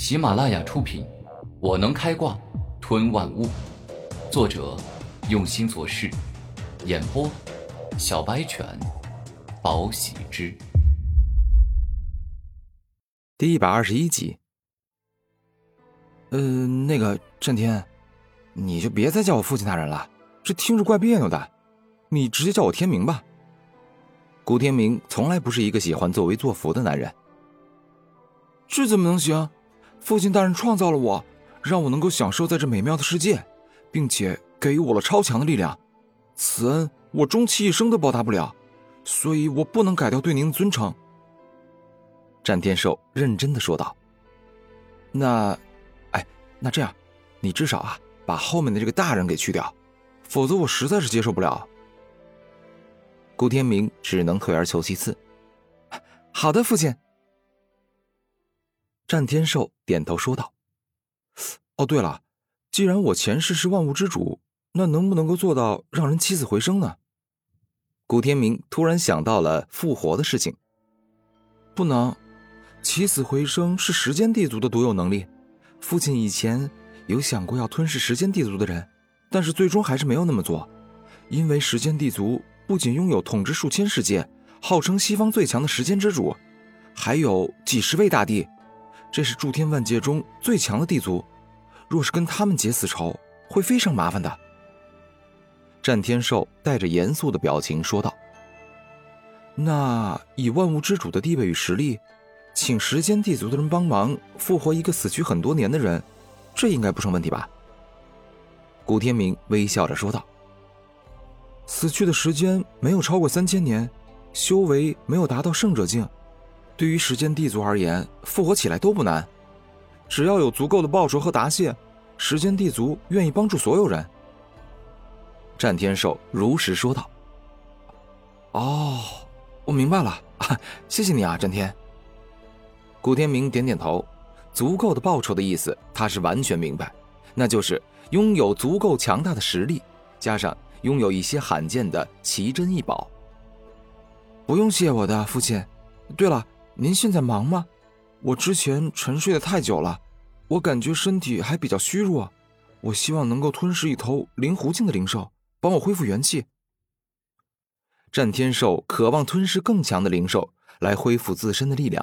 喜马拉雅出品，我能开挂吞万物。作者用心做事，演播小白犬，宝喜之。 第121集。那个战天，你就别再叫我父亲大人了，这听着怪别扭的，你直接叫我天明吧。顾天明从来不是一个喜欢作威作福的男人。这怎么能行？父亲大人创造了我，让我能够享受在这美妙的世界，并且给予我了超强的力量，此恩我终其一生都报答不了，所以我不能改掉对您的尊称。战天寿认真地说道。那这样，你至少把后面的这个大人给去掉，否则我实在是接受不了。顾天明只能退而求其次。好的，父亲。战天寿点头说道。哦，对了，既然我前世是万物之主，那能不能够做到让人起死回生呢？顾天明突然想到了复活的事情。不能，起死回生是时间地族的独有能力。父亲以前有想过要吞噬时间地族的人，但是最终还是没有那么做，因为时间地族不仅拥有统治数千世界，号称西方最强的时间之主，还有几十位大帝，这是诸天万界中最强的地族，若是跟他们结死仇，会非常麻烦的。战天寿带着严肃的表情说道。那以万物之主的地位与实力，请时间地族的人帮忙复活一个死去很多年的人，这应该不成问题吧？古天明微笑着说道。死去的时间没有超过3000年，修为没有达到圣者境，对于时间地族而言，复活起来都不难，只要有足够的报酬和答谢，时间地族愿意帮助所有人。战天寿如实说道。哦，我明白了，谢谢你啊，战天。古天明点点头，足够的报酬的意思他是完全明白，那就是拥有足够强大的实力，加上拥有一些罕见的奇珍异宝。不用谢我的，父亲。对了，您现在忙吗？我之前沉睡得太久了，我感觉身体还比较虚弱，我希望能够吞噬一头灵狐境的灵兽，帮我恢复元气。战天寿渴望吞噬更强的灵兽来恢复自身的力量。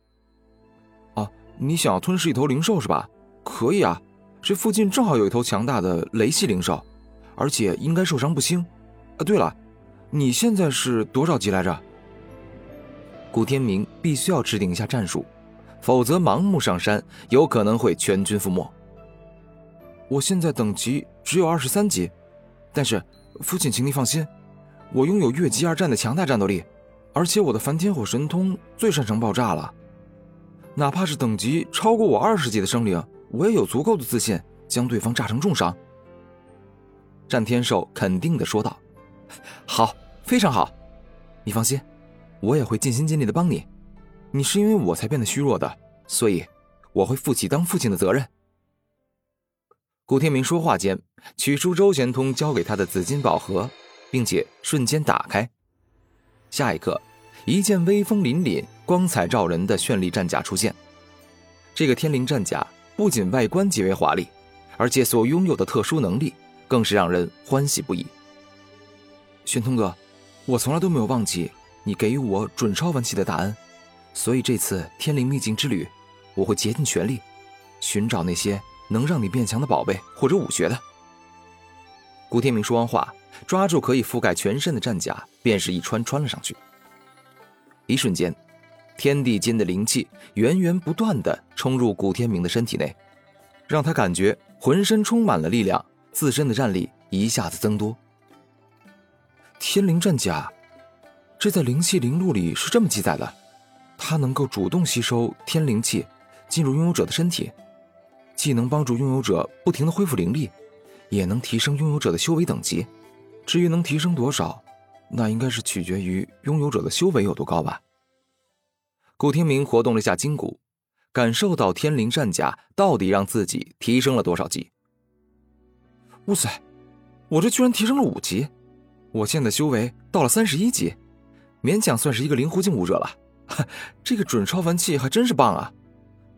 你想要吞噬一头灵兽是吧？可以啊，这附近正好有一头强大的雷系灵兽，而且应该受伤不轻。对了，你现在是多少级来着？古天明必须要制定一下战术，否则盲目上山有可能会全军覆没。我现在等级只有23级，但是父亲请你放心，我拥有越级而战的强大战斗力，而且我的梵天火神通最擅长爆炸了。哪怕是等级超过我20级的生灵，我也有足够的自信将对方炸成重伤。战天寿肯定地说道。好，非常好，你放心，我也会尽心尽力地帮你。你是因为我才变得虚弱的，所以我会负起当父亲的责任。古天明说话间，取出周玄通交给他的紫金宝盒，并且瞬间打开。下一刻，一件威风凛凛、光彩照人的绚丽战甲出现。这个天灵战甲不仅外观极为华丽，而且所拥有的特殊能力更是让人欢喜不已。玄通哥，我从来都没有忘记你给予我准超凡期的大恩，所以这次天灵秘境之旅，我会竭尽全力寻找那些能让你变强的宝贝或者武学的。古天明说完话，抓住可以覆盖全身的战甲，便是一穿了上去。一瞬间，天地间的灵气源源不断地冲入古天明的身体内，让他感觉浑身充满了力量，自身的战力一下子增多。天灵战甲，这在灵气灵录里是这么记载的，它能够主动吸收天灵气进入拥有者的身体，既能帮助拥有者不停地恢复灵力，也能提升拥有者的修为等级。至于能提升多少，那应该是取决于拥有者的修为有多高吧。古天明活动了下筋骨，感受到天灵战甲到底让自己提升了多少级。哇塞，我这居然提升了5级，我现在修为到了31级，勉强算是一个灵狐境武者了。这个准超凡器还真是棒啊！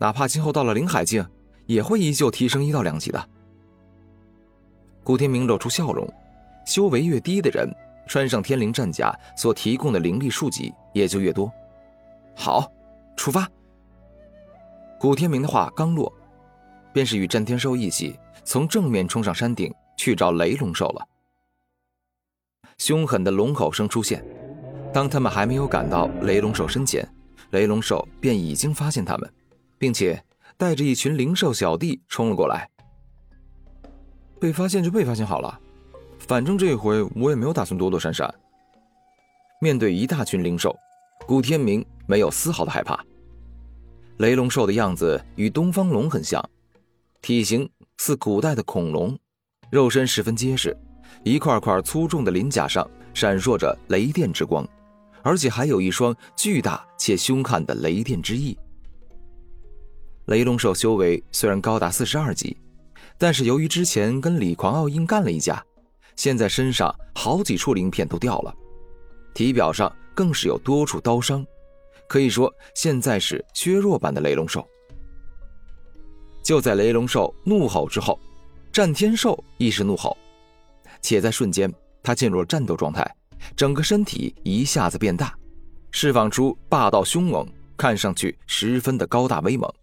哪怕今后到了灵海境，也会依旧提升1到2级的。古天明露出笑容，修为越低的人，穿上天灵战甲所提供的灵力数级也就越多。好，出发。古天明的话刚落，便是与战天兽一起从正面冲上山顶去找雷龙兽了。凶狠的龙吼声出现，当他们还没有赶到雷龙兽身前，雷龙兽便已经发现他们，并且带着一群灵兽小弟冲了过来。被发现就被发现好了，反正这一回我也没有打算躲躲闪闪。面对一大群灵兽，古天明没有丝毫的害怕。雷龙兽的样子与东方龙很像，体型似古代的恐龙，肉身十分结实，一块块粗重的鳞甲上闪烁着雷电之光，而且还有一双巨大且凶悍的雷电之翼。雷龙兽修为虽然高达42级，但是由于之前跟李狂傲硬干了一架，现在身上好几处鳞片都掉了，体表上更是有多处刀伤，可以说现在是削弱版的雷龙兽。就在雷龙兽怒吼之后，战天兽亦是怒吼，且在瞬间他进入了战斗状态，整个身体一下子变大，释放出霸道凶猛，看上去十分的高大威猛。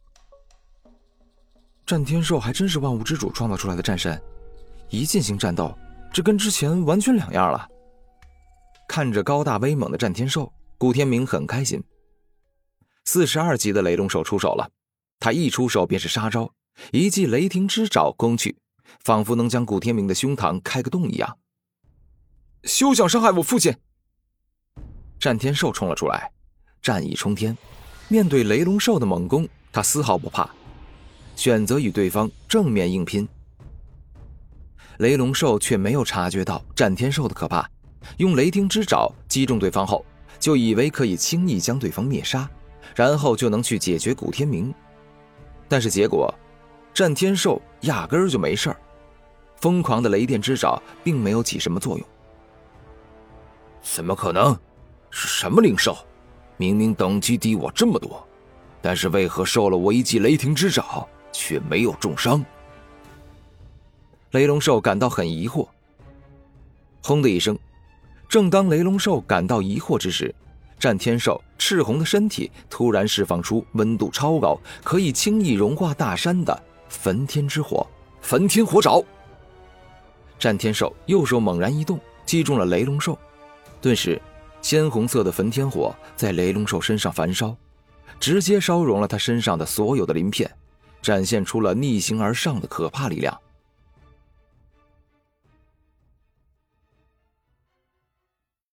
战天兽还真是万物之主创造出来的战神，一进行战斗，这跟之前完全两样了。看着高大威猛的战天兽，古天明很开心。42级的雷龙兽出手了，他一出手便是杀招，一记雷霆之爪攻去，仿佛能将古天明的胸膛开个洞一样。休想伤害我父亲！战天兽冲了出来，战意冲天，面对雷龙兽的猛攻，他丝毫不怕，选择与对方正面硬拼。雷龙兽却没有察觉到战天兽的可怕，用雷霆之爪击中对方后，就以为可以轻易将对方灭杀，然后就能去解决古天明。但是结果，战天兽压根儿就没事儿，疯狂的雷电之爪并没有起什么作用。 怎么可能？是什么灵兽？明明等级低我这么多，但是为何受了我一记雷霆之爪却没有重伤？ 雷龙兽感到很疑惑。轰的一声，正当雷龙兽感到疑惑之时，战天兽赤红的身体突然释放出温度超高，可以轻易融化大山的焚天之火。 焚天火爪！ 战天兽右手猛然一动，击中了雷龙兽。顿时鲜红色的焚天火在雷龙兽身上焚烧，直接烧融了他身上的所有的鳞片，展现出了逆行而上的可怕力量。